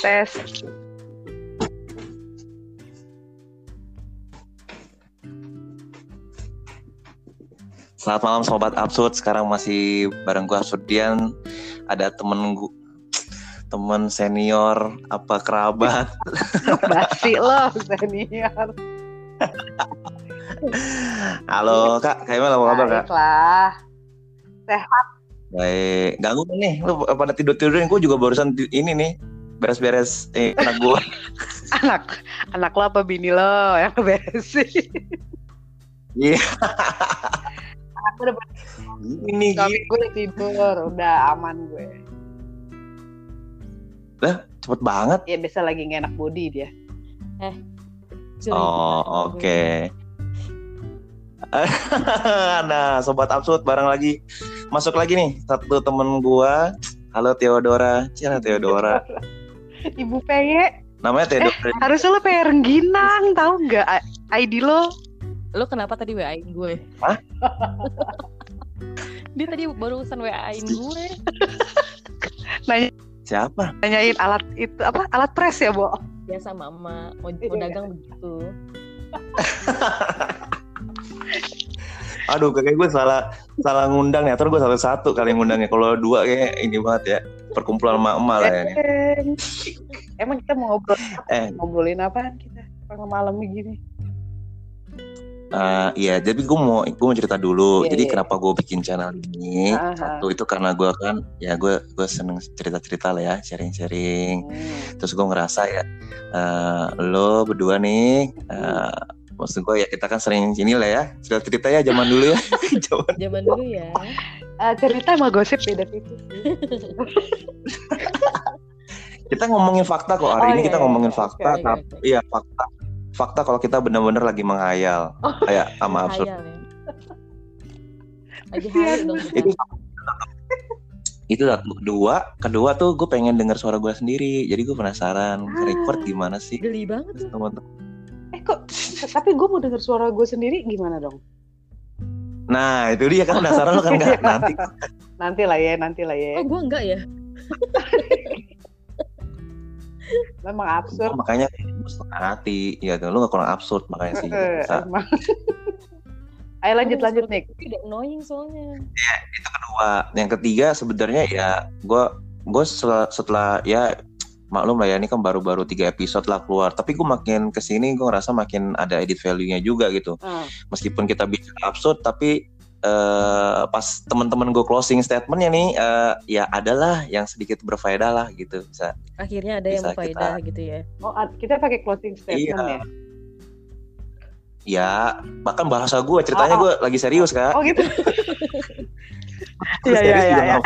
tes. Selamat malam Sobat Absurd. Sekarang masih bareng gue Absurdian. Ada temen senior apa kerabat. Basi lo senior. Halo Kak, gimana apa kabar Kak? Baiklah. Sehat. Baik, ganggu nih. Lu pada tidur-tidurin, gue juga barusan ini nih beres-beres anak gue. Anak lo apa bini lo yang beresin? Iya. Aku udah Ini suami gue udah tidur, udah aman gue. lah cepet banget. Ya biasa lagi gak enak body dia. Oh oke. Nah Sobat Absurd bareng lagi. Masuk lagi nih satu temen gua. Halo Theodora. Cina Theodora. Ibu PY. Namanya Theodora. Harusnya lo PY Rengginang, tahu nggak ID lo? Lo kenapa tadi WA-in gue? Hah? Dia tadi barusan WA-in gue. Siapa? Nanyain alat itu apa? Alat press ya, Bo? Biasa mama mau dagang begitu. Aduh kayak gue salah ngundang ya. Terus gue satu kali ngundangnya. Kalau dua kayak ini banget ya. Perkumpulan emak-emak lah ya. Emang kita mau ngobrolin apaan kita malam begini? Iya, jadi gue mau cerita dulu. Yeah, jadi yeah. Kenapa gue bikin channel ini? Satu itu karena gue kan, ya gue seneng cerita lah ya, sharing. Terus gue ngerasa ya, lo berdua nih, maksud gue ya kita kan sering sini lah ya, cerita ya zaman dulu ya. Zaman dulu ya. Cerita sama gosip beda tipis. Kita ngomongin fakta kok hari ini, kita ngomongin fakta, okay. tapi iya fakta kalau kita benar-benar lagi menghayal, kayak sama absurd. Ya. Lagi hayal dong. Itu kedua tuh gue pengen denger suara gue sendiri, jadi gue penasaran record gimana sih. Geli banget tuh. Teman-teman. Kok tapi gue mau denger suara gue sendiri gimana dong? Nah itu dia kan penasaran lo kan nggak nanti lah ya. Oh gue enggak ya. Memang absurd. Makanya setengah hati ya tuh, lu nggak kurang absurd makanya sih. Ayo lanjut nih. Tidak annoying soalnya. Ya itu kedua. Yang ketiga sebenarnya ya gue setelah ya maklum lah ya, ini kan baru 3 episode lah keluar. Tapi gue makin kesini gue ngerasa makin ada edit value-nya juga gitu. Meskipun kita bicara absurd tapi pas teman-teman gue closing statementnya nih ya adalah yang sedikit berfaedah lah gitu. Akhirnya ada yang berfaedah gitu ya. Oh kita pakai closing statement ya? Ya bahkan bahasa gue ceritanya gue lagi serius Kak. Oh gitu. Iya.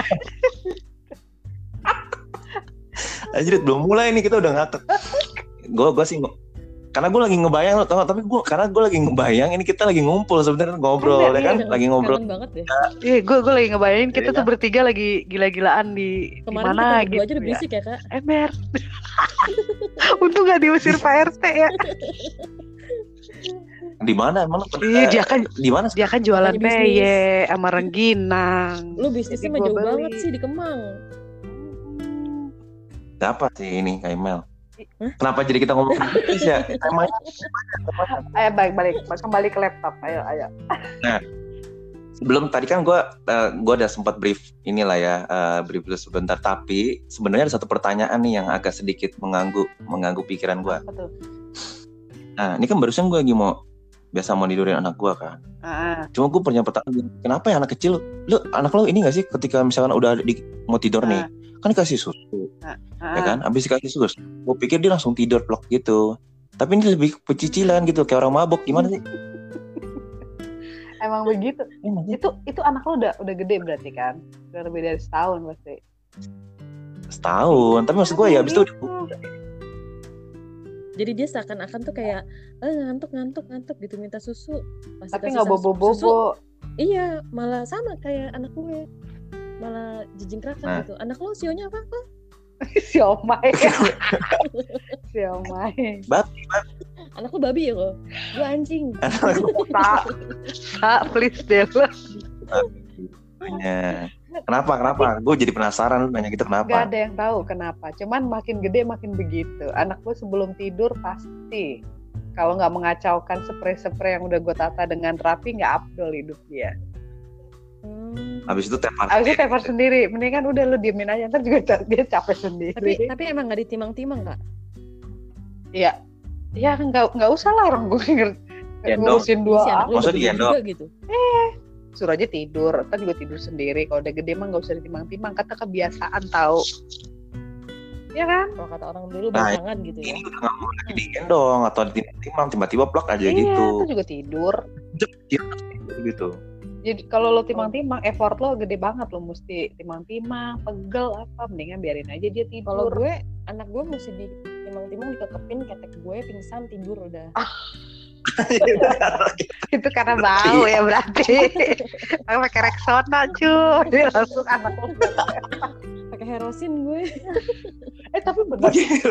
Anjir belum mulai nih kita udah ngatek. Gue sih karena gue lagi ngebayang lo tau, tapi karena gue lagi ngebayang ini kita lagi ngumpul sebenarnya ngobrol ya kan, lagi ngobrol. Kangen banget deh. Iya, gue lagi ngebayangin kita tuh bertiga lagi gila-gilaan di mana gitu. Kemarin kita aja berisik ya Kak. Ember. Untung gak diusir Pak RT ya. Di mana emang? Iya di mana? Dia kan jualan PY sama Rengginang. Lu bisnisnya mah jauh banget sih di Kemang. Siapa sih ini Kak Mel? Kenapa jadi kita ngomong bisnis ya? Ayo balik kembali ke laptop. Ayo. Nah, sebelum tadi kan gue udah sempat brief inilah ya, brief dulu sebentar. Tapi sebenarnya ada satu pertanyaan nih yang agak sedikit mengganggu pikiran gue. Nah, ini kan barusan gue lagi mau tidurin anak gue kan. Cuma gue punya pertanyaan, kenapa ya anak kecil, anak lo ini nggak sih ketika misalkan udah mau tidur nih, kan dikasih susu, ya kan? Abis dikasih susu, gue pikir dia langsung tidur plok gitu. Tapi ini lebih pecicilan gitu, kayak orang mabok, gimana sih? Emang begitu. Itu anak lo udah gede berarti kan? Udah lebih dari setahun pasti. Setahun, tapi maksud gue ya abis itu jadi dia seakan-akan tuh kayak ngantuk gitu minta susu. Tapi nggak bobo-bobo. Iya, malah sama kayak anak gue. Malah jijing-krakan gitu. Anak lo sionya apa? Siomay. Babi. Anak lo babi ya kok? Gue anjing. Please deh lo. Kenapa? Gue jadi penasaran lu nanya gitu Gak kenapa? ada yang tahu kenapa. Cuman makin gede makin begitu. Anak gue sebelum tidur pasti kalau nggak mengacaukan spray yang udah gue tata dengan rapi, nggak afdol hidup dia. Habis itu tepar. Abis itu tepar sendiri. Mendingan udah lu diemin aja, ntar juga dia capek sendiri. Tapi emang nggak ditimang-timang Kak? Iya. Ya nggak usah lah orang gue ngurusin Si anak lu Maksudnya digendong? juga gitu. suruh aja tidur, ntar juga tidur sendiri. Kalau udah gede mah nggak usah ditimang-timang, kata kebiasaan tahu. Ya kan? Kalau kata orang dulu Nah, bayangan gitu ya. Ini udah nggak mau lagi digendong atau ditimang, tiba-tiba plak aja Iya, gitu. itu juga tidur. Gitu. Jadi kalau lo timang-timang, effort lo gede banget, lo mesti timang-timang, pegel apa, mendingan biarin aja dia Kalau tidur. gue, anak gue mesti ditimang-timang, dikekepin, ketek gue pingsan tidur udah. Itu karena bau ya berarti. Pakai Rexona cuy, langsung anak lo. Pakai herosin gue. Tapi bener.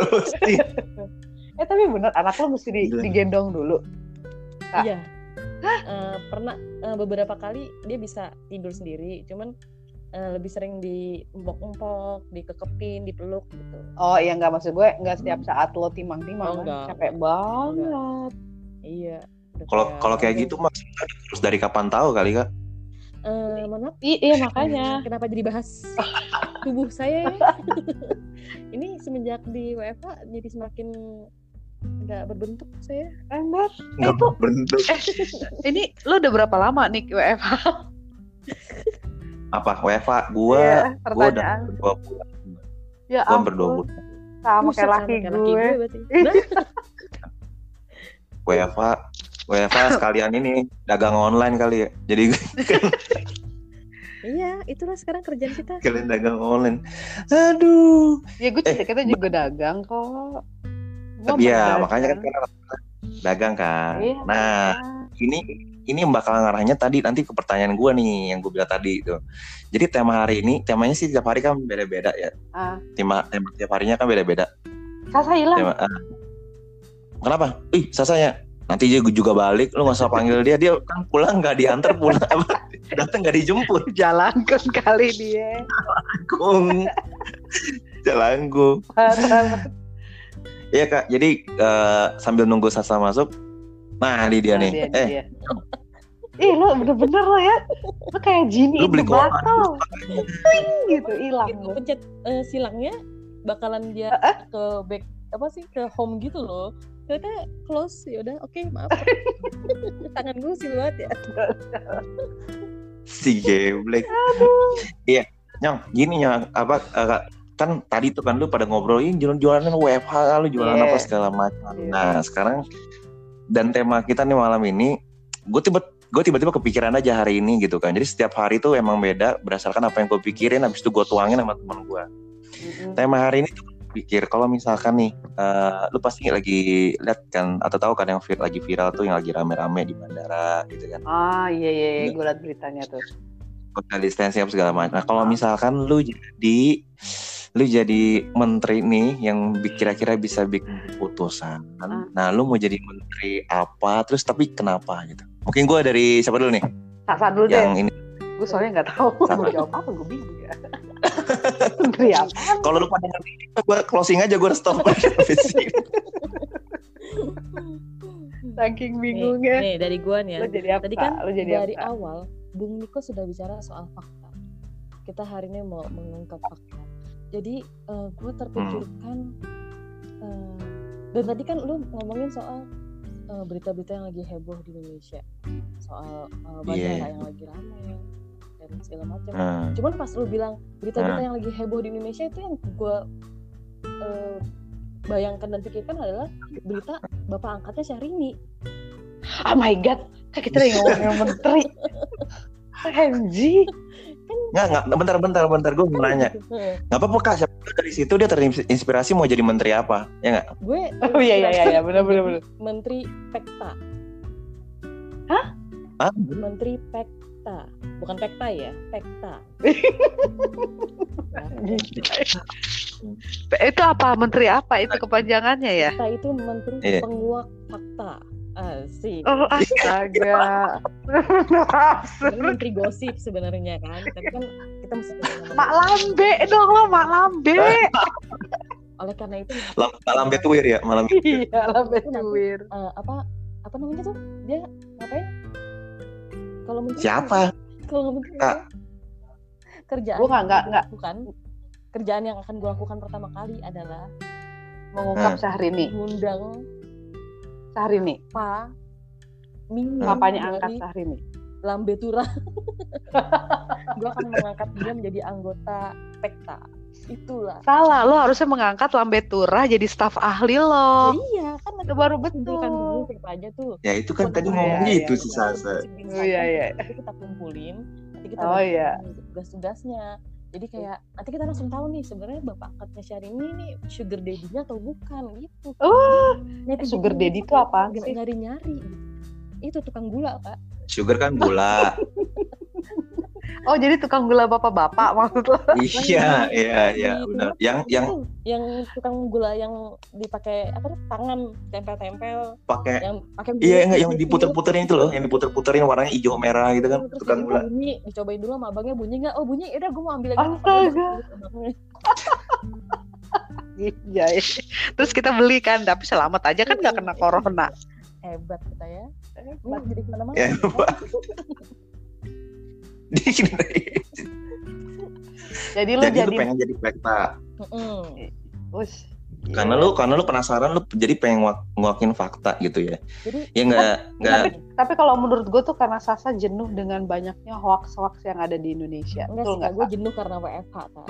Tapi bener anak lo mesti digendong dulu. Kak. Iya. Pernah beberapa kali dia bisa tidur sendiri, cuman lebih sering diempok-empok, dikekepin, dipeluk gitu. Oh iya, nggak, maksud gue nggak setiap saat lo timang-timang, enggak. capek banget. Iya. Kalau kayak gitu mas terus dari kapan tahu kali Kak? Mana? Iya makanya. Kenapa jadi bahas tubuh saya? Ini semenjak di WFH jadi semakin nggak berbentuk saya. Ember. Nggak Itu berbentuk. ini lo udah berapa lama nih WFH? Apa WFH? Gua udah pertanyaan. 2 bulan. Ya Gua hampir 2 ampun. bulan. Sama Buset, kayak laki gue. berarti. WFH sekalian ini dagang online kali ya. Jadi Iya, itulah sekarang kerjaan kita. kalian dagang online. Aduh. Ya gue kita juga dagang kok. Iya, makanya kan karena dagang kan. Iya, Nah, ini bakal ngarahnya tadi nanti ke pertanyaan gue nih yang gue bilang tadi itu. Jadi tema hari ini, temanya sih tiap hari kan beda-beda ya. Tema tiap harinya kan beda-beda. Sasa hilang. Kenapa? Sasanya nanti dia juga balik, lu nggak usah panggil dia kan pulang nggak diantar, pulang datang nggak dijemput. Jalangkung kali dia. Jalangkung. Iya Kak, jadi sambil nunggu Sasa masuk, nah ini dia nih. Dia. Lo bener-bener lo ya, lo kayak Jini lu beli bakal gitu hilang. Itu pencet silangnya bakalan dia ke back ke home gitu loh. Ternyata close, ya udah oke, maaf. Tangan gue sih banget ya. Si geblek. Iya, Nyong, gini Nyong, kan tadi tuh kan lu pada ngobrolin jualan WFH, lu jualan apa segala macam. Nah, sekarang dan tema kita nih malam ini, gue tiba-tiba kepikiran aja hari ini gitu kan. Jadi setiap hari tuh emang beda berdasarkan apa yang gue pikirin, habis itu gue tuangin sama teman gue. Tema hari ini tuh pikir kalau misalkan nih lu pasti lagi lihat kan atau tahu kan yang lagi viral tuh yang lagi rame-rame di bandara gitu kan. Iya, gue liat beritanya tuh. Social distancing apa segala macam. Nah, kalau misalkan lu jadi menteri nih yang kira-kira bisa bikin keputusan. Nah, lu mau jadi menteri apa? Terus tapi kenapa gitu? Mungkin gue dari siapa dulu nih? Sasa dulu yang deh. Ini. Gue soalnya nggak tahu mau jawab apa, gue bingung ya. Menteri apa? Kalau lu pada ngerti, gue closing aja, gue stop. Saking bingungnya. Nih dari gue nih ya. Lo jadi apa? Tadi kan dari apa? awal Bung Niko sudah bicara soal fakta. Kita hari ini mau mengungkap fakta. Jadi gue terpikirkan dan tadi kan lu ngomongin soal berita-berita yang lagi heboh di Indonesia, soal bandara yang lagi ramai dan segala macam. Cuman pas lu bilang berita-berita yang lagi heboh di Indonesia, itu yang gue bayangkan dan pikirkan adalah berita bapak angkatnya Syahrini. Oh my god, kan kita lagi ngomongin menteri. MG. Nggak, bentar, gue mau nanya. Nggak apa-apa Kak, siapa dari situ dia terinspirasi mau jadi menteri apa, ya nggak? Gue, iya, benar. Menteri Pekta. Hah? Menteri Pekta, bukan Pekta ya, Pekta. Itu apa? Menteri apa? Itu kepanjangannya ya? Pekta itu Menteri Penguak Fakta. Asik. Oh astaga. Menteri gosip sebenarnya kan, tapi kan kita mesti Mak Lambe dong lo, Mak Lambe. Oleh karena itu Lambe tuwir ya, malam itu. Iya, Lambe tuwir. Apa namanya tuh? Dia ngapain? Kalau menteri Siapa? Kalau menteri kerjaan Gue nggak lakukan. Kerjaan yang akan gue lakukan pertama kali adalah mengungkap Syahrini. Ngundang Syahrini. Pak Minggu. Apanya angkat Syahrini? Lambe Tura. Gue akan mengangkat dia menjadi anggota PEKTA. Itulah. Salah, lo harusnya mengangkat Lambe Tura jadi staf ahli lo. Iya, kan itu baru betul. Kumpulkan dulu siapa aja tuh. Ya itu kan tadi ngomong gitu si Sasa. Iya. Nanti kita kumpulin, nanti kita tugas-tugasnya. Jadi kayak nanti kita langsung tahu nih sebenarnya bapak angkatnya Syahrini ini sugar daddy-nya atau bukan gitu. Sugar daddy itu apaan sih? Nyari-nyari gitu. Itu tukang gula, Kak. Sugar kan gula. Oh, jadi tukang gula bapak-bapak maksud lo? Iya, benar. Yang tukang gula yang dipakai apa tuh? Tangan tempel-tempel. Pakai. Iya, yang diputer-puterin itu loh, yang diputer-puterin warnanya hijau merah gitu kan, tukang gula. Bunyi, dicobain dulu sama abangnya bunyi enggak? Oh, bunyi. Udah gue mau ambil lagi. Astaga. Iya. Terus kita beli kan, tapi selamat aja kan enggak kena corona. Hebat kita ya. Hebat jadi kemana-mana. Ya, jadi lu pengen jadi PEKTA. Karena lu penasaran, lu jadi pengen nguakin fakta gitu ya. Jadi, ya enggak. Tapi kalau menurut gue tuh karena Sasa jenuh dengan banyaknya hoax-hoax yang ada di Indonesia. Enggak, gue jenuh karena WFH, Kak.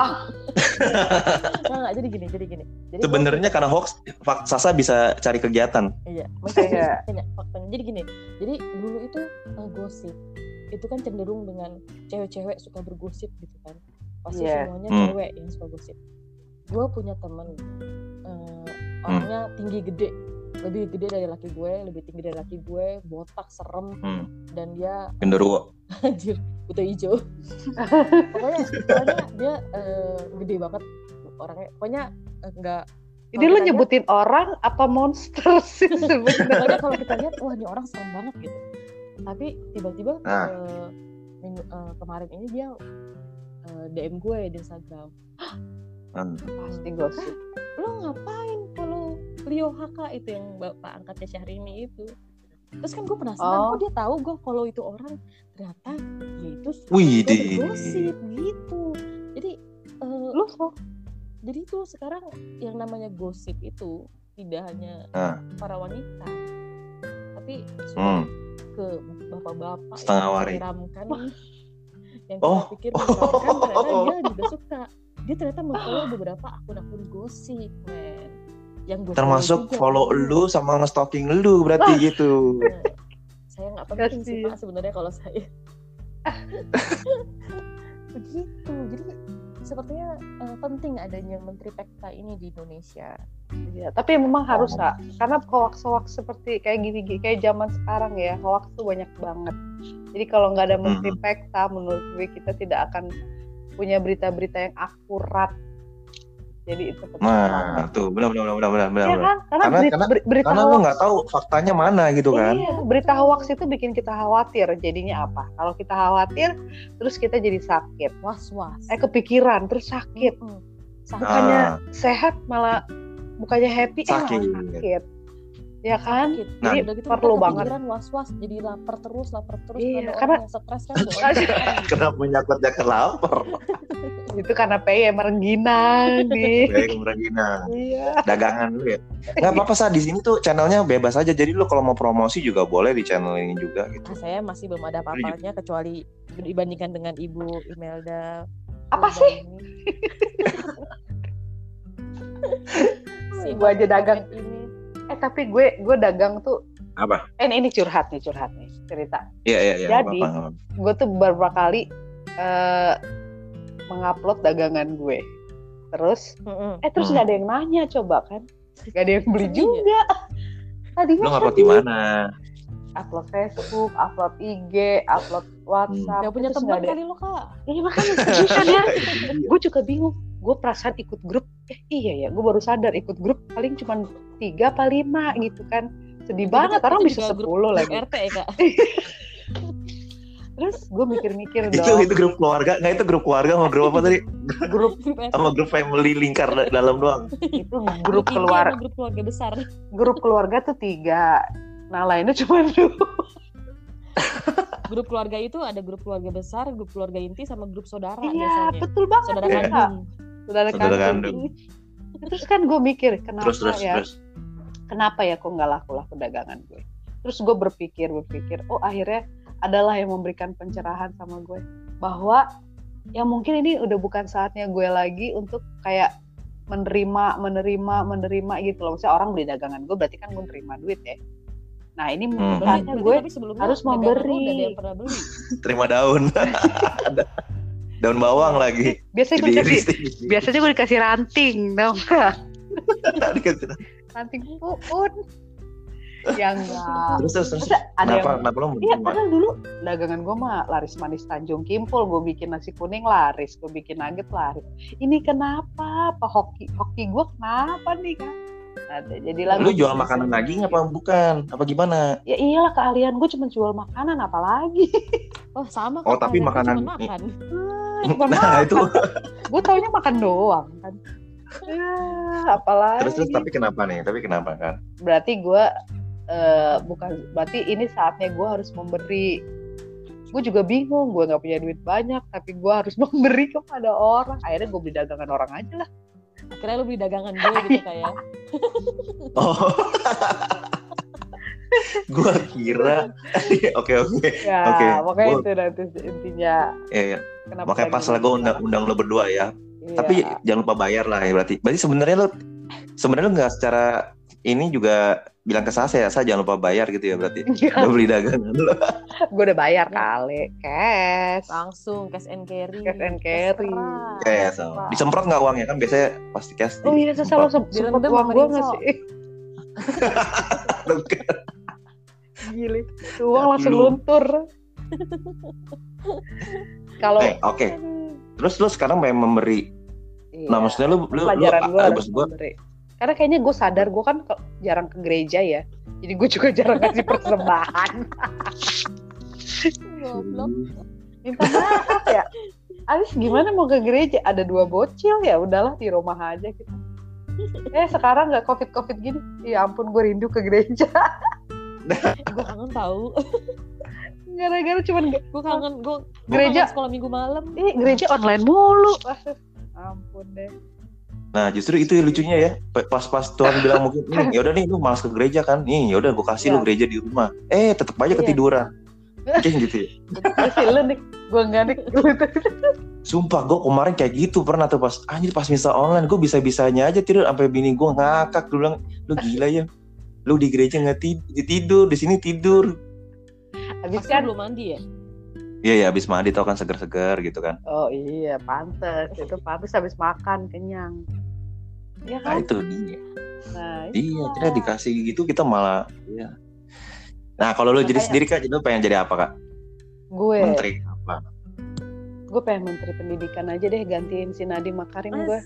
Enggak, jadi gini. Jadi sebenarnya karena hoax, Sasa bisa cari kegiatan. Iya, makanya faktanya. Jadi gini. Jadi dulu itu gosip itu kan cenderung dengan cewek-cewek suka bergosip gitu kan. Pasti semuanya cewek yang suka gosip. Gue punya temen orangnya tinggi gede, lebih gede dari laki gue, lebih tinggi dari laki gue, botak serem, dan dia genderuwo. Anjir, buta hijau. pokoknya dia gede banget orangnya. Pokoknya enggak. Ini lo nyebutin orang apa monster sih sebenarnya? Kalau kita lihat, wah ini orang serem banget gitu. Tapi tiba-tiba kemarin ini dia DM gue di Instagram. Pasti gosip. Lo ngapain follow Leo HK itu yang bapak angkatnya Syahrini itu? Terus kan gue penasaran, kok dia tahu gue follow itu orang? Ternyata dia itu gosip gitu. Jadi jadi itu sekarang yang namanya gosip itu tidak hanya para wanita, tapi sudah ke bapak-bapak setengah wari menyeramkan. Yang kita pikir menyeramkan, ternyata dia juga suka. Dia ternyata mengfollow beberapa akun-akun gosip, men. Yang termasuk follow lu sama nge-stalking lu berarti gitu. Saya nggak penting sih Pak sebenarnya kalau saya. Begitu. Jadi sepertinya penting adanya Menteri PEKTA ini di Indonesia. Iya, tapi memang harus karena hoax-hoax seperti kayak gini kayak zaman sekarang ya, hoax tuh banyak banget. Jadi kalau nggak ada Menteri PEKTA, menurut gue kita tidak akan punya berita-berita yang akurat. Jadi itu penting. Nah, tuh benar. Ya kan? Karena lu nggak tahu faktanya mana gitu kan. Iya, berita hoax itu bikin kita khawatir. Jadinya apa? Kalau kita khawatir, terus kita jadi sakit. Was-was. Kepikiran, terus sakit. Bukannya sehat malah bukannya happy, sakit. Ya kan? Nah, jadi gitu, perlu banget. Was-was, jadi lapar terus. Iya, karena stres kan. Kenapa nyakut-nyakut lapar? Itu karena PY merengginang nih. PY merengginang. Iya. Dagangan lu ya. Nggak apa-apa di sini tuh channelnya bebas aja. Jadi lu kalau mau promosi juga boleh di channel ini juga gitu. Saya masih belum ada apa-apanya kecuali dibandingkan dengan Ibu Imelda. Apa sih? Gue aja dagang ini. Tapi gue dagang tuh apa? Ini curhat nih cerita. Iya. Jadi gue tuh beberapa kali mengupload dagangan gue. Terus terus nggak ada yang nanya coba kan? Nggak ada yang beli juga. Tadinya lo ngupload di mana? Upload Facebook, upload IG, upload WhatsApp. Gak punya teman kali lo Kak. Iya makanya sedih kan ya. Gue juga bingung. Gue perasaan ikut grup, iya ya, gue baru sadar ikut grup paling cuma 3 apa 5 gitu kan. Sedih banget, orang bisa 10 lagi. RT ya Kak. Terus gue mikir-mikir dong. Itu grup keluarga, nggak itu grup keluarga sama grup apa tadi? Grup sama grup family lingkar dalam doang. Itu grup keluarga. Grup keluarga besar. Grup keluarga tuh 3. Nah lainnya cuma 2. Grup keluarga itu ada grup keluarga besar, grup keluarga inti, sama grup saudara iya, biasanya. Betul banget. Saudara kandung. Saudara kandung. Terus kan gue mikir kenapa terus. Kenapa ya kok nggak laku-laku dagangan gue? Terus gue berpikir, oh akhirnya adalah yang memberikan pencerahan sama gue bahwa ya mungkin ini udah bukan saatnya gue lagi untuk kayak menerima gitu loh. Misalnya orang beli dagangan gue, berarti kan gue nerima duit ya. Nah ini saatnya gue harus memberi. Terima daun. Daun bawang lagi. Biasanya gue dikasih ranting, tau nggak? Dikasih ranting pun. Yang enggak. Terus kenapa lo? Iya, padahal dulu dagangan gue mah laris manis Tanjung Kimpul, gue bikin nasi kuning laris, gue bikin nugget laris. Ini kenapa? Hoki gue kenapa nih kan? Nah, jadi lu jual makanan lagi apa bukan? Apa gimana? Ya iyalah, keahlian gue cuma jual makanan, apalagi. Oh sama. Oh tapi makanan. Makan. Nah itu. Gue taunya makan doang kan. Ya, apalagi. Terus tapi kenapa nih? Tapi kenapa kan? Berarti gue berarti ini saatnya gue harus memberi. Gue juga bingung, gue nggak punya duit banyak, tapi gue harus memberi kepada orang. Akhirnya gue beli dagangan orang aja lah. Akhirnya lu beli dagangan gue gitu kayak. Oh. Gue kira. Oke. Ya, makanya itu nanti intinya. Iya. Makanya pas lah gue undang lo berdua ya. Iya. Tapi jangan lupa bayar lah ya berarti. Berarti sebenarnya lo nggak secara ini juga bilang ke saya jangan lupa bayar gitu ya berarti. Udah beli dagangan lo. Gue udah bayar kali, cash. Langsung cash and carry. Cash. Disemprot nggak uangnya kan biasanya pasti cash. Oh iya, saya selalu semprot uang gue nggak sih? Gile, uang langsung luntur. Kalau oke. Terus lo sekarang pengen memberi. Iya. Nah maksudnya lu pelajaran gue harus memberi. Karena kayaknya gue sadar gue kan jarang ke gereja ya. Jadi gue juga jarang kasih persembahan. Minta maaf ya. Alis gimana mau ke gereja? Ada 2 bocil ya, udahlah di rumah aja kita. Sekarang nggak covid gini. Ya ampun, gue rindu ke gereja. Gue kangen tahu. Gara-gara cuman gue kangen gereja sekolah minggu malam. Gereja online mulu. Ampun deh. Nah justru itu lucunya ya, pas Tuhan bilang mungkin ya udah nih lu malas ke gereja kan, nih ya udah gue kasih lu gereja di rumah, tetap aja ketiduran, gitu ya. Kasih lu nih, gue nggak nih. Sumpah gue kemarin kayak gitu pernah tuh pas misa online, gue bisa-bisanya aja tidur sampai bini gue ngakak, gue bilang lu gila ya, lu di gereja nggak tidur, di sini tidur. Habis kan belum mandi ya? Iya, habis mandi tau kan segar-segar gitu kan. Oh iya, pantes. Itu pantes habis makan, kenyang. Iya kan? Nah itu dia. Iya, kita dikasih gitu kita malah ya. Nah kalau lu jadi sendiri Kak, lu pengen jadi apa Kak? Gue menteri apa? Gue pengen menteri pendidikan aja deh, gantiin si Nadiem Makarim gue.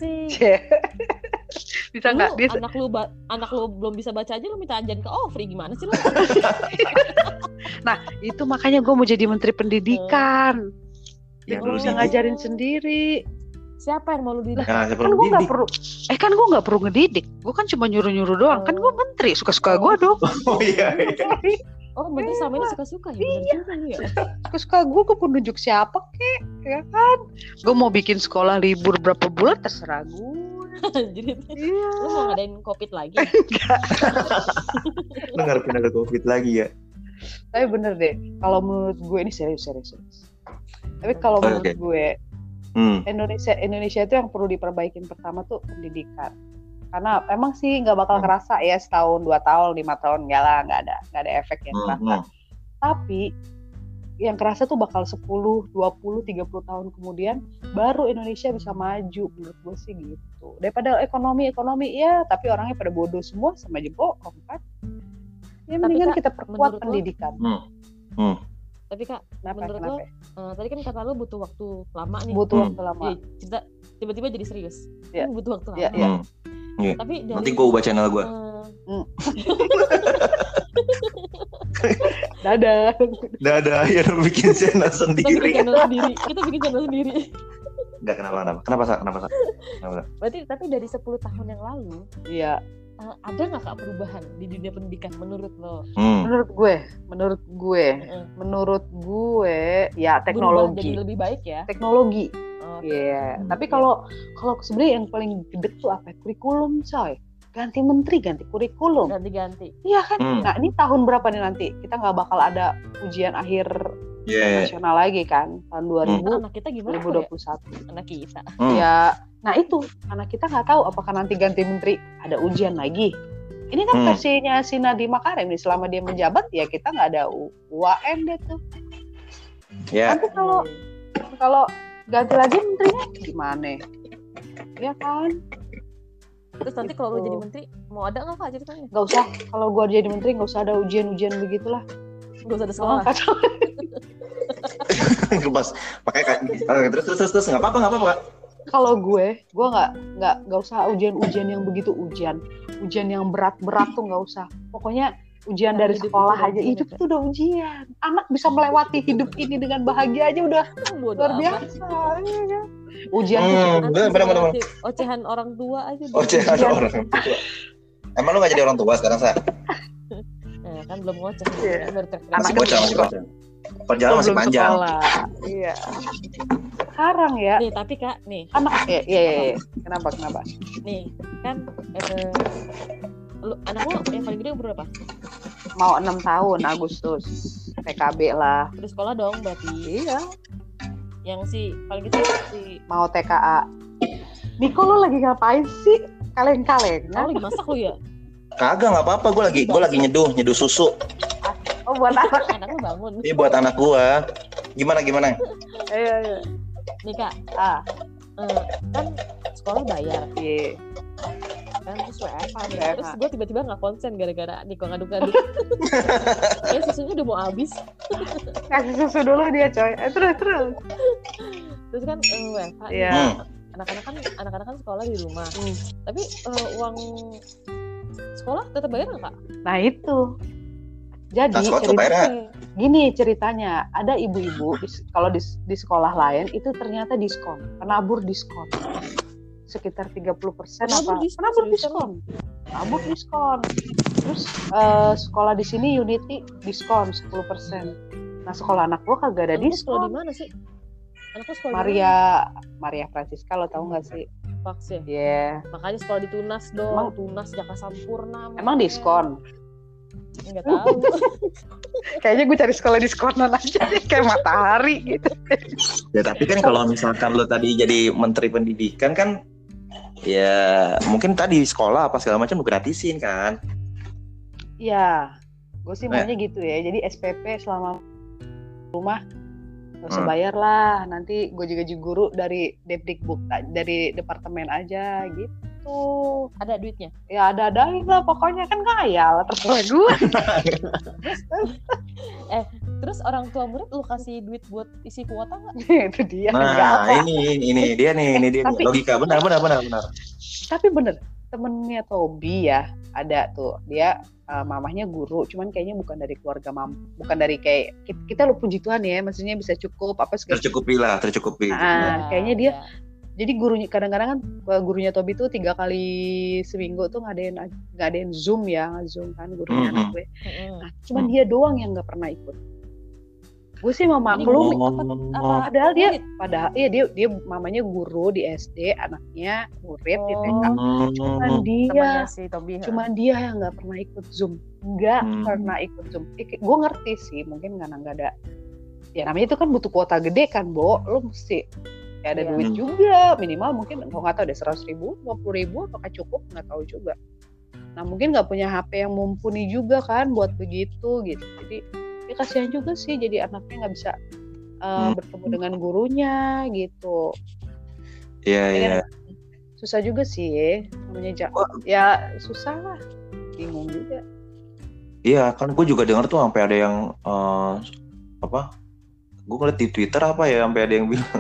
Bisa nggak? Anak lu belum bisa baca aja lu minta ajan ke Ofri, gimana sih lu? Nah itu makanya gue mau jadi menteri pendidikan. Ya, gue bisa ngajarin sendiri. Siapa yang mau lu didik? Nah, kan gue nggak perlu. Kan gue nggak perlu ngedidik. Gue kan cuma nyuruh doang. Kan gue menteri, suka-suka gue dong. Oh iya. Oh menteri sama ini suka-suka ya? Iya. Suka-suka gue pun nunjuk siapa kek, ya kan? Gue mau bikin sekolah libur berapa bulan terserah gue. Jadi lu mau ngadain COVID lagi? Lu ngarepin ada COVID lagi ya? Tapi bener deh, kalau menurut gue ini serius. Tapi kalau menurut gue Indonesia itu yang perlu diperbaikin pertama tuh pendidikan. Karena emang sih nggak bakal kerasa ya setahun, 2 tahun, 5 tahun nggak ada efek yang kerasa. Tapi yang kerasa tuh bakal 10, 20, 30 tahun kemudian baru Indonesia bisa maju, menurut gue sih gitu. Daripada ekonomi ya, tapi orangnya pada bodoh semua sama aja bohong kan. Ya mendingan kita perkuat pendidikan. Tapi Kak, menurut lo, tadi kan kata lo butuh waktu lama nih. Butuh waktu lama. Kita tiba-tiba jadi serius. Butuh waktu lama. Iya. Tapi nanti gue ubah channel gue. Dadah. Ya bikin channel sendiri. Kita bikin channel sendiri. Enggak, kenapa? Berarti tapi dari 10 tahun yang lalu, iya. Ada nggak Kak perubahan di dunia pendidikan menurut lo? Menurut gue ya teknologi. Berubah jadi lebih baik ya? Teknologi. Iya. Tapi kalau sebenarnya yang paling gede tuh apa? Kurikulum, coy. Ganti menteri, ganti kurikulum. Ganti. Iya kan? Nah ini tahun berapa nih nanti? Kita nggak bakal ada ujian akhir nasional lagi kan? Tahun 2000. Anak kita gimana? 2021. Anak kita. Ya. Nah itu, anak kita nggak tahu apakah nanti ganti menteri ada ujian lagi. Ini kan versinya si Nadiem Makarim nih, selama dia menjabat ya kita nggak ada UAN deh tuh. Yeah. Nanti kalau ganti lagi menterinya gimana? Ya kan? Terus nanti kalau lo jadi menteri mau ada nggak Kak ceritanya? Nggak usah. Kalau gue jadi menteri nggak usah ada ujian begitulah. Nggak usah ada sekolah. Pas pakai terus nggak apa-apa. Kalau gue nggak usah ujian yang begitu, ujian yang berat tuh nggak usah. Pokoknya ujian dari sekolah aja, hidup itu udah ujian. Anak bisa melewati hidup ini dengan bahagia aja udah luar biasa. Ujian benar. Ocehan orang tua aja. Ocehan orang tua. Emang lu nggak jadi orang tua sekarang, Sa? Kan belum ngoceh. Masih bocah. Perjalanan masih panjang. Iya. Sekarang ya. Nih tapi Kak, nih. Anak iya. Kenapa? Nih, kan anak lo yang paling gede umur berapa? Mau 6 tahun Agustus. PKB lah. Udah sekolah dong berarti. Iya. Yang si paling gede si mau TKA. Niko lo lagi ngapain sih? Kaleng-kaleng. Lagi masak lo ya? Kagak, nggak apa-apa. Gue lagi nyeduh susu. Oh, buat anak. Anak lo bangun. Ini buat anak gua. Gimana? Iya. Nih Kak, kan sekolah bayar. Iya. Kan terus WFH nih. Terus gue tiba-tiba nggak konsen gara-gara Niko ngaduk-ngaduk. Kayak susunya udah mau habis. Kasih susu dulu dia coy. Terus. Terus kan WFH. Iya. Anak-anak kan sekolah di rumah. Tapi uang sekolah tetap bayar nggak Kak? Nah itu. Jadi ceritanya ada ibu-ibu kalau di sekolah lain itu ternyata diskon, penabur diskon sekitar 30%. Penabur diskon. Terus sekolah di sini Unity diskon 10%. Nah sekolah anak gua kagak ada diskon. Sekolah di mana sih? Anakku sekolah Maria Francisca, lo tahu nggak sih? Vaks ya. Iya. Makanya sekolah di Tunas dong. Tunas Jaka Sampurna. Emang diskon? Nggak tahu. Kayaknya gue cari sekolah diskonan aja deh, kayak Matahari gitu. Ya tapi kan kalau misalkan lo tadi jadi menteri pendidikan kan, ya mungkin tadi sekolah apa segala macam gratisin kan? Iya, gue sih maunya gitu ya. Jadi SPP selama rumah gak usah bayar lah. Nanti gue juga guru dari Depdikbud, dari departemen aja gitu. Ada duitnya? Ya ada-adain lah, pokoknya kan kaya lah, terserah gue. Terus orang tua murid lu kasih duit buat isi kuota nggak? Itu dia. Nah ini dia nih. Tapi, logika benar. Tapi bener, temennya Tobi ya ada tuh, dia mamahnya guru, cuman kayaknya bukan dari keluarga bukan dari kayak kita lu puji Tuhan ya, maksudnya bisa cukup apa segala. Tercukupi. Kayaknya dia. Jadi gurunya kadang-kadang kan gurunya Tobi tuh 3 kali seminggu tuh ngadain Zoom kan gurunya anak gue. Nah, cuman dia doang yang nggak pernah ikut. Gue sih mau maklum. Padahal dia mamanya guru di SD, anaknya murid di TK. Cuman dia yang nggak pernah ikut Zoom. Gue ngerti sih, mungkin karena nggak ada. Ya namanya itu kan butuh kuota gede kan, Bo. Lo mesti ada duit juga, minimal mungkin nggak tahu deh 100.000, 50.000 apakah cukup, nggak tahu juga. Nah mungkin nggak punya HP yang mumpuni juga kan buat begitu gitu. Jadi ya kasihan juga sih, jadi anaknya nggak bisa bertemu dengan gurunya gitu. Iya. Susah juga sih namanya ya susah lah, bingung juga. Iya kan gue juga dengar tuh sampai ada yang gue ngeliat di Twitter apa ya sampai ada yang bilang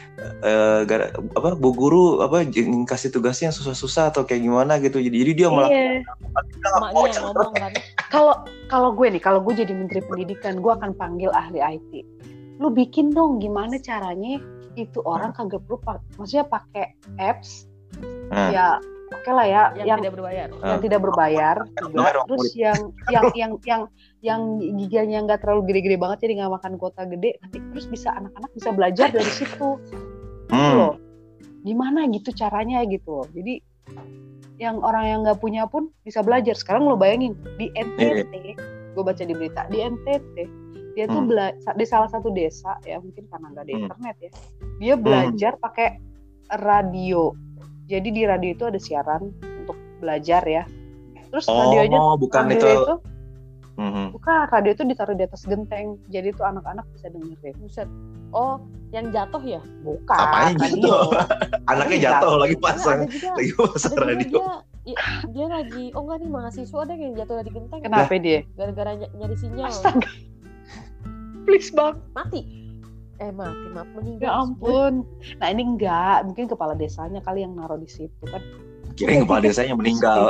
bu guru kasih tugasnya yang susah-susah atau kayak gimana gitu, jadi dia malah emaknya yang ngomong kan. Kalau gue jadi menteri pendidikan, gue akan panggil ahli IT. Lu bikin dong gimana caranya itu orang kagak perlu maksudnya pakai apps ya oke lah ya yang tidak berbayar juga. Terus yang giganya nggak terlalu gede-gede banget jadi nggak makan kuota gede, tapi terus bisa anak-anak bisa belajar dari situ gitu loh. Gimana gitu caranya gitu loh. Jadi yang orang yang nggak punya pun bisa belajar. Sekarang lo bayangin di NTT, gue baca di berita di NTT dia tuh di salah satu desa ya, mungkin karena nggak ada internet ya, dia belajar pakai radio. Jadi di radio itu ada siaran untuk belajar ya. Terus radionya bukan itu. Bukan, radio itu ditaruh di atas genteng. Jadi tuh anak-anak bisa dengerin. Buset. Oh, yang jatuh ya? Bukan. Apanya gitu? Anaknya jatuh lagi pasang radio. Dia lagi, enggak nih mahasiswa ada yang jatuh dari genteng. Kenapa dia? Gara-gara nyari sinyal. Astaga. Please bang. Mati, maaf meninggal. Ya ampun. Nah ini enggak, mungkin kepala desanya kali yang naruh di situ kan. Kirain kepala desanya meninggal.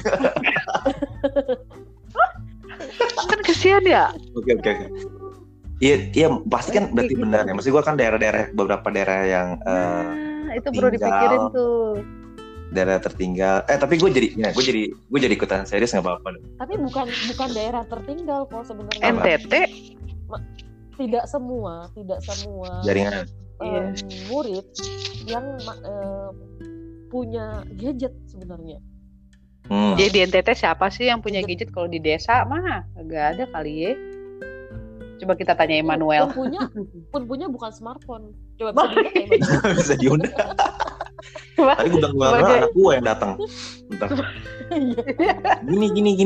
Kan kesian ya. Oke. Iya pasti kan berarti benar ya. Maksud gue kan beberapa daerah yang itu perlu dipikirin tuh. Daerah tertinggal. Tapi gue jadi ikutan serius nggak apa-apa. Tapi bukan daerah tertinggal kok sebenarnya. NTT. Tidak semua jaringan murid yang punya gadget sebenarnya. Jadi di NTT siapa sih yang punya gadget? Kalau di desa mah nggak ada kali ya. Coba kita tanya Emmanuel. Pun punya bukan smartphone. Coba bisa diundang. Tadi gue bilang anak gue yang datang. Bentar. Gini.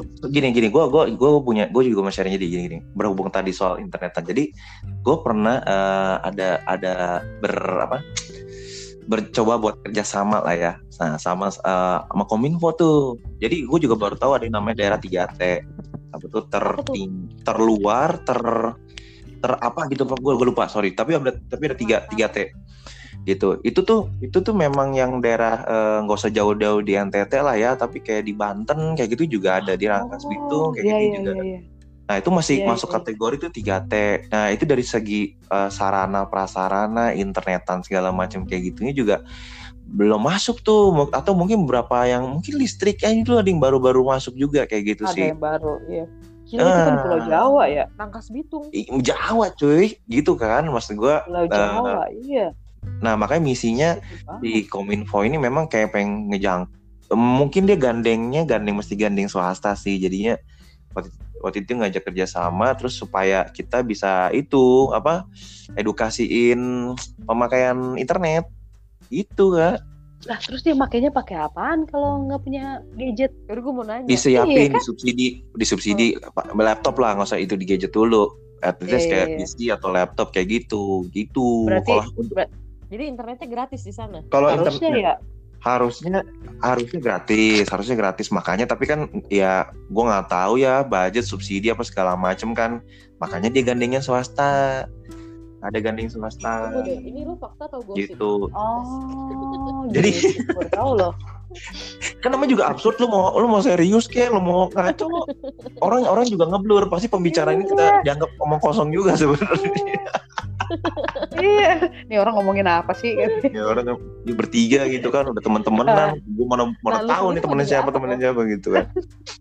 Gue juga mau sharing jadi gini. Berhubung tadi soal internetan. Jadi gue pernah ada bercoba buat kerjasama lah ya. Nah, sama Kominfo tuh. Jadi gue juga baru tahu ada yang namanya daerah 3T. Apa tuh terluar, apa gitu Pak, gue lupa, sorry. Tapi ada 3T. Gitu. Itu tuh memang yang daerah nggak usah jauh-jauh di NTT lah ya, tapi kayak di Banten kayak gitu juga ada, di Rangkas Bitung kayak gitu juga. Iya. Nah, itu masih masuk kategori itu 3T. Nah, itu dari segi sarana prasarana, internetan segala macam kayak gitunya juga belum masuk tuh, atau mungkin beberapa yang mungkin listrik itu ada yang baru-baru masuk juga kayak gitu sih. Ada yang baru, iya. Itu kan Pulau Jawa ya, Rangkas Bitung. Jawa cuy, gitu kan maksud gue. Pulau Jawa, iya. Nah makanya misinya di Kominfo ini memang kayak pengen mungkin dia gandeng swasta sih, jadinya waktu itu ngajak kerjasama terus supaya kita bisa edukasiin pemakaian internet itu kan. Lah terus dia makainya pakai apaan kalau nggak punya gadget? Baru gue mau nanya. Disiapin, kan? disubsidi laptop lah, nggak usah itu di gadget dulu. At least kayak PC atau laptop kayak gitu. Berarti jadi internetnya gratis di sana. Kalau harusnya ya harusnya gratis makanya, tapi kan ya gue nggak tahu ya budget subsidi apa segala macem kan, makanya dia gandengnya swasta. Ada gandeng swasta. Ini lo fakta atau gosip? Gitu. Oh. Jadi baru tahu loh. Kan namanya juga absurd, lu mau serius kayak lu mau ngaco. Orang juga ngeblur, pasti pembicaraan ini kita dianggap omong kosong juga sebenarnya. Iya. Nih orang ngomongin apa sih? Ya orang bertiga gitu kan, udah teman-temanan. Gue mana tahu nih temennya siapa gitu kan.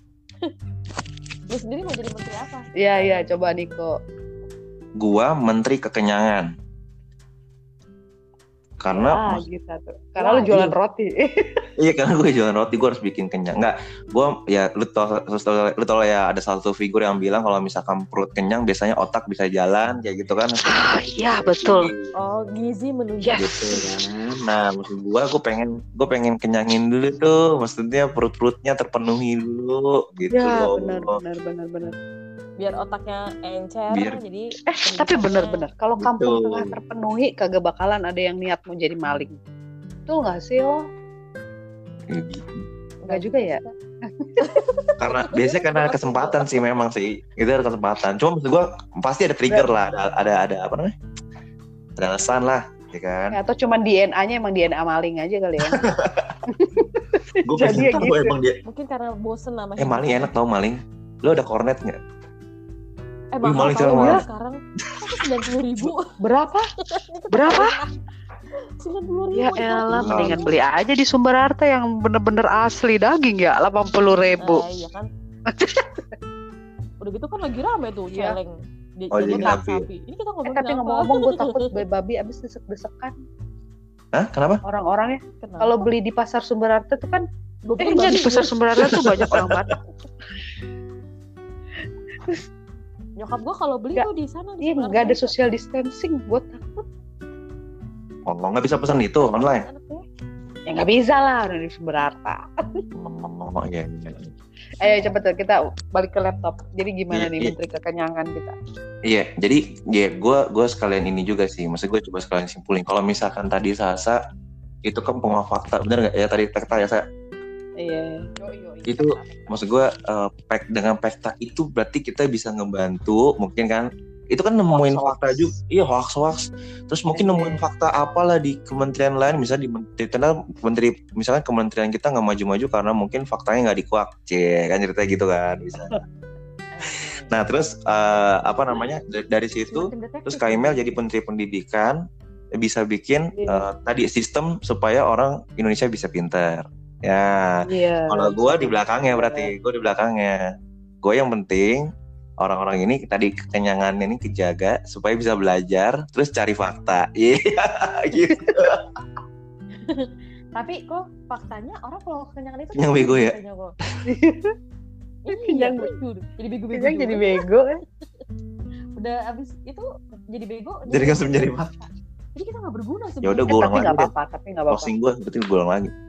Lu sendiri mau jadi menteri apa? Iya, coba Niko. Gua menteri kekenyangan. Karena karena lu jualan roti. Iya, karena gue jualan roti, gue harus bikin kenyang. Enggak, gue ya lu tau ya, ada salah satu figur yang bilang kalau misalkan perut kenyang biasanya otak bisa jalan kayak gitu kan. Iya, betul. Oh, gizi menunjang. Gitu kan. Nah, maksud gue pengen kenyangin dulu tuh, maksudnya perut-perutnya terpenuhi dulu gitu loh. Ya, benar. Biar otaknya encer jadi. Tapi benar. Kalau kampung tengah terpenuhi, kagak bakalan ada yang niat mau jadi maling. Betul nggak sih lo? Enggak juga ya? Karena kesempatan sih memang sih. Itu ada kesempatan. Cuma maksud gue pasti ada trigger lah, ada apa namanya? Ada alasan lah, ya kan? Atau cuma DNA-nya emang DNA maling aja kali ya. Gue pengen tahu gitu. emang dia. Mungkin karena bosen sama Maling enak tau maling. Lo ada kornet nggak? Mahal sekarang 90.000. Berapa? 90.000. Ya elah, mendingan beli aja di Sumber Harta yang bener-bener asli daging ya, 80.000. Iya kan. Udah gitu kan lagi rame tuh celeng. Jadi sapi. Ini kita ngomongin tapi ngomong-ngomong gue takut babi abis desek-desekan. Hah? Kenapa? Orang-orangnya kalau beli di pasar Sumber Harta tuh kan di pasar Sumber Harta tuh banyak orang Batak. Nyokap gue kalau beli tuh di sana. Iya, nggak ada social distancing, gue takut. Oh, nggak bisa pesan itu online? Ya nggak bisa lah, udah di Sumber Harta. Oh iya. Ayo cepet kita balik ke laptop. Jadi gimana nih Menteri Kekenyangan kita? Iya, jadi gue sekalian ini juga sih. Maksud gue coba sekalian simpulin. Kalau misalkan tadi Sasa itu kan penguak fakta, bener nggak ya tadi fakta ya Sa? Iya. Itu maksud gue dengan fakta itu berarti kita bisa ngebantu mungkin kan. Itu kan nemuin fakta juga. Iya, hoax. Terus mungkin nemuin fakta apalah di kementerian lain, misalnya di menteri misalnya kementerian kita nggak maju-maju karena mungkin faktanya nggak dikuak, kan ceritanya gitu kan bisa. Nah terus dari situ terus Kak Imel jadi Menteri Pendidikan bisa bikin tadi sistem supaya orang Indonesia bisa pintar. Ya, kalau gue di belakangnya berarti gue di belakangnya. Gue yang penting orang-orang ini tadi kekenyangannya ini kejaga supaya bisa belajar terus cari fakta. Iya, gitu. Tapi kok faktanya orang kalau kekenyangan itu yang bego ya. Iya, jadi bego-bego. Jadi bego. Udah abis itu jadi bego. Jadi kan menjadi fakta. Jadi kita nggak berguna sebenarnya. Ya udah gue ulang lagi. Tapi nggak apa-apa. Posting gue betul gue ulang lagi.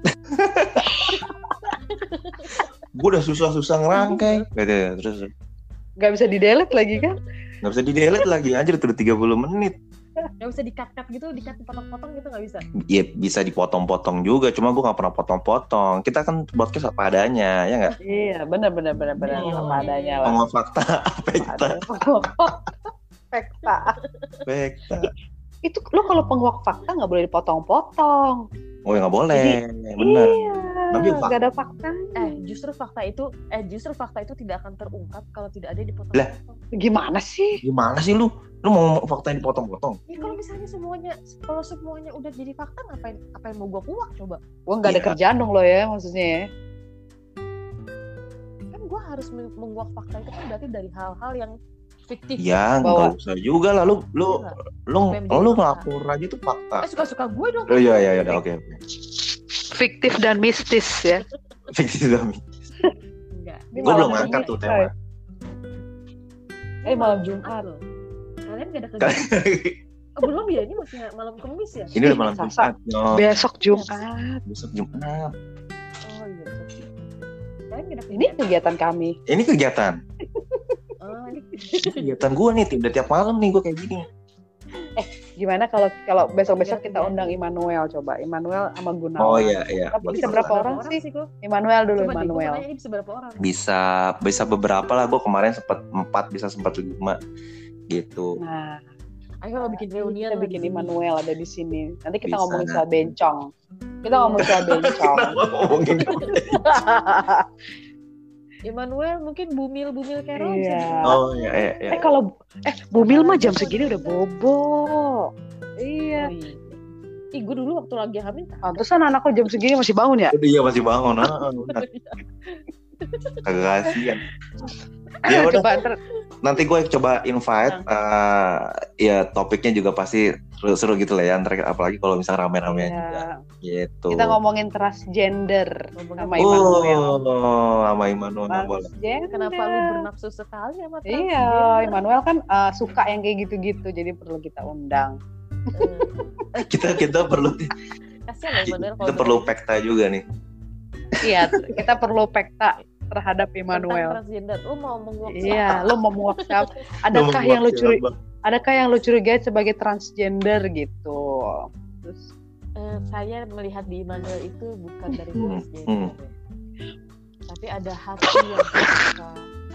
Gue udah susah-susah ngerangkai. Terus nggak bisa di-delete lagi kan? Nggak bisa di-delete lagi, anjir udah 30 menit. Nggak bisa di-cut gitu, dipotong-potong gitu nggak bisa? Iya bisa dipotong-potong juga, cuma gue nggak pernah potong-potong. Kita kan podcast apa adanya, ya nggak? Iya, benar apa adanya lah. Penguap fakta, fakta. Itu lo kalau penguak fakta nggak boleh dipotong-potong. Oh ya nggak boleh, benar. Iya, nggak ada fakta. Justru fakta itu tidak akan terungkap kalau tidak ada dipotong. Lah, gimana sih lu? Lu mau fakta yang dipotong-potong? Ya kalau misalnya semuanya udah jadi fakta apa yang mau gua kuak coba? Gua nggak ada kerjaan dong lo ya maksudnya ya. Kan gua harus menguak fakta itu kan berarti dari hal-hal yang fiktif. Ya nggak usah juga lah lu ngelapor aja tuh fakta. Suka-suka gue dong. Oh iya udah oke. Fiktif dan mistis ya. Fiktif dan mistis. Enggak. Gue belum angkat tuh tema. Malam Jumat. Kalian gak ada kerjaan? Belum ya, ini masih malam Kamis ya? Ini udah malam Jumat. Besok Jumat. Oh iya. Kalian gak ada kerjaan? Ini kegiatan kami. Ini kegiatan. Ini kegiatan gue nih, udah tiap malam nih gue kayak gini. Gimana kalau besok-besok kita undang Immanuel coba. Immanuel sama Gunawan. Oh iya. Bisa berapa orang sih? Immanuel dulu. Coba Immanuel. Ini bisa berapa orang? Bisa beberapa lah. Gue kemarin sempat 4, bisa sempat 5 gitu. Nah, ayo kalau bikin reunian kita bikin Immanuel ada di sini. Nanti kita bisa. ngomongin soal bencong. Ngomongin Immanuel mungkin bumil kayak Rom. Iya. Oh iya. Kalau bumil mah jam segini udah bobo. Iya. Gue dulu waktu lagi hamil. Pantesan anakku jam segini masih bangun ya? Iya masih bangun. Kagak kasihan. Ya udah. Nanti gue coba invite. Ya topiknya juga pasti seru gitu lah ya. Apalagi kalau misalnya rame-ramean juga. Gitu. Kita ngomongin transgender sama Immanuel. Sama Immanuel boleh. Kenapa lu bernafsu sekali sama transgender? Iya, Immanuel kan suka yang kayak gitu-gitu, jadi perlu kita undang. kita perlu. Kasian Immanuel. Kita perlu pekta juga nih. Iya, kita perlu pekta terhadap Immanuel. Transgender, lu mau menguak? Iya, lu mau menguak siapa? Adakah yang lu curigai sebagai transgender gitu? Terus saya melihat di Immanuel itu bukan dari transgender. tapi ada hati yang suka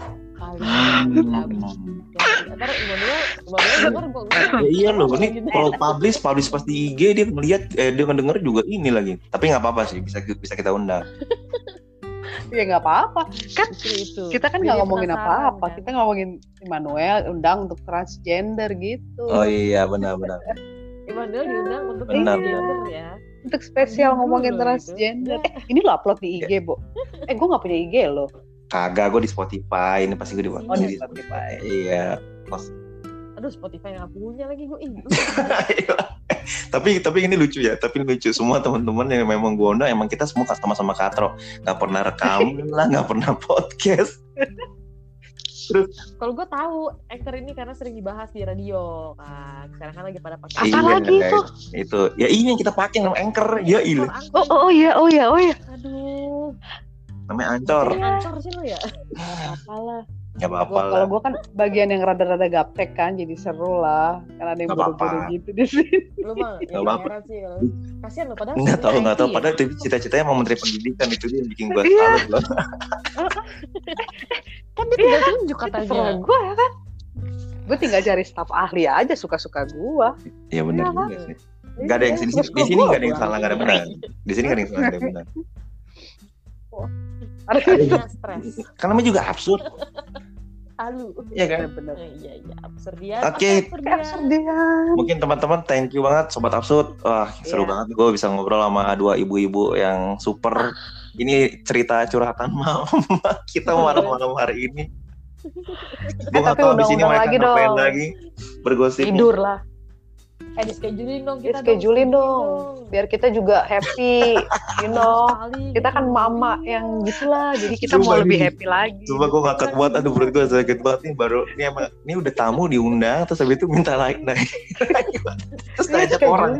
ntar Immanuel denger gue iya loh, ini kalau publish pas di IG dia ngeliat dia ngedenger juga ini lagi, tapi nggak apa-apa sih, bisa kita undang. Ya nggak apa-apa kan, itu. Kita kan nggak ngomongin apa-apa kan? Kita ngomongin Immanuel undang untuk transgender gitu. Oh iya benar Immanuel diundang untuk transgender ya, untuk spesial ngomongin transgender. Ini lo upload di IG, Bo? Gue nggak punya IG lo. Kagak, gue di Spotify. Ini pasti gue di Spotify. Iya. Aduh, Spotify nggak punya lagi gue. Tapi ini lucu ya. Tapi lucu semua teman-teman yang memang gue undang, emang kita semua sama-sama katro. Gak pernah rekam lah, gak pernah podcast. Terus kalau gue tahu Anchor ini karena sering dibahas di radio kan. Sekarang kan lagi pada pakai. Apa lagi itu? Itu. Ya ini yang kita pakai namanya Anchor. Ya iya. Oh iya. Aduh. Namanya Anchor. Anchor sih lo ya. Apalah. Gak apa-apa lah. Kalau gue kan bagian yang rada-rada gaptek kan, jadi seru lah. Karena ada yang bodoh-bodoh gitu di sini. Lu mah yang heran sih. Kasian lo padahal. Nggak tahu. Padahal cita-citanya mau menteri pendidikan, itu dia yang bikin gue salut loh. Kan dia tinggal tunjuk katanya. Terserah gue ya kan. Gue tinggal cari staf ahli aja, suka-suka gue. Iya benar juga sih. Gak ada yang di sini nggak ada yang salah, nggak ada benar. Di sini nggak ada yang salah, nggak ada yang benar. Ada stres. Kan namanya juga absurd. Alu. Iya kan? Bener. Iya, absurdian. Oke. Absurdian. Mungkin teman-teman thank you banget Sobat Absurd. Wah, seru banget gue bisa ngobrol sama dua ibu-ibu yang super. Ini cerita curhatan mama kita malam-malam hari ini. Gue nggak tahu di sini mereka ngapain lagi, bergosip. Tidur lah. Di-schedulein dong kita. Di-schedulein dong. Biar kita juga happy, you know. Kita kan mama yang gitulah, jadi kita mau lebih happy lagi. Coba gue ngakak banget, aduh perut gue sakit banget nih, baru ini udah tamu diundang, terus habis itu minta like. Terus ngajak orang.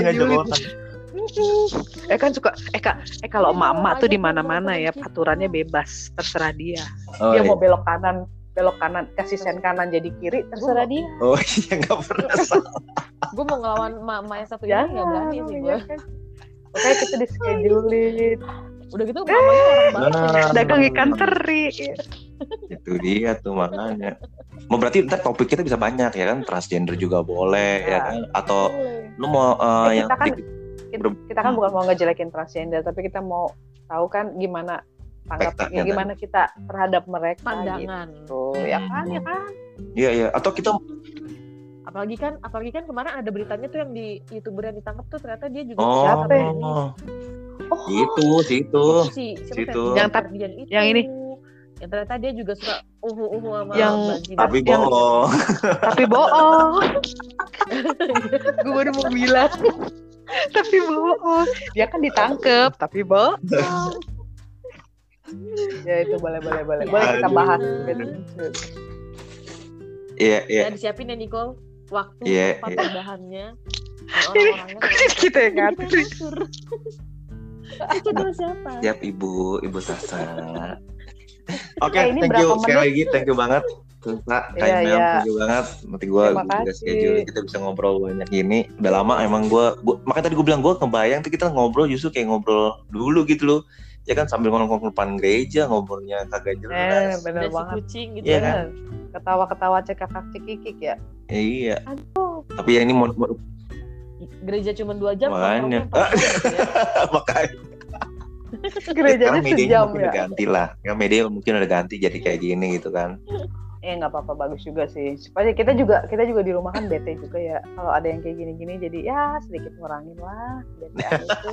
Kan suka kalau mama tuh di mana-mana ya, aturannya bebas, terserah dia. Dia mau belok kanan kasih sen kanan jadi kiri, terserah dia. Oh iya, nggak pernah salah. Gue mau ngelawan mama yang satu ini nggak berani sih gue. Oke, kita di-schedulein. Udah gitu mamanya orang banget. Dagang ikan teri. Itu dia tuh makanya. Mau berarti ntar topik kita bisa banyak ya kan, transgender juga boleh ya kan, atau lu mau yang kita kan bukan mau ngejelekin transgender, tapi kita mau tahu kan gimana tanggapnya, gimana kita terhadap mereka, pandangan gitu. Ya kan. Iya, atau kita apalagi kan kemarin ada beritanya tuh yang di YouTuber yang ditangkap tuh ternyata dia juga siapa ya? Situ. Yang ini. Yang ternyata dia juga suka sama tapi bohong. Tapi bohong. Gue baru mau bilang. Tapi bohong. Dia kan ditangkep, tapi bohong. Ya itu boleh kita bahas. Iya. Ya disiapin ya Nicole waktu tempat bahannya. Orang-orangnya kita yang ngatur. Itu siapa? Siap Ibu Sasa. Oke, thank you sekali lagi, thank you banget. Kak Kaimel, thank you banget. Nanti gue juga schedule kita bisa ngobrol banyak ini. Udah lama emang gue makanya tadi gue bilang gue kebayang tuh kita ngobrol justru kayak ngobrol dulu gitu loh. Ya kan sambil ngomong depan gereja, ngobrolnya kagak jelas. Bener banget. Kucing gitu ya kan. Ketawa-ketawa cekakak-cekikik ya. Iya. Aduh. Tapi ya ini mau gereja cuma 2 jam. Makanya. Makanya. Gerejanya sejam ya. Udah ganti lah. Ya media mungkin udah ganti jadi kayak gini gitu kan. Nggak apa-apa, bagus juga sih. Supaya kita juga di rumah kan bete juga ya. Kalau ada yang kayak gini-gini jadi ya sedikit ngurangin lah bete itu.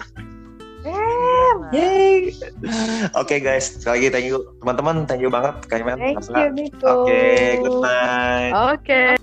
Yay. Oke guys, sekali lagi thank you teman-teman, thank you banget Kaimel. Thank you Nico. Oke, good night. Oke.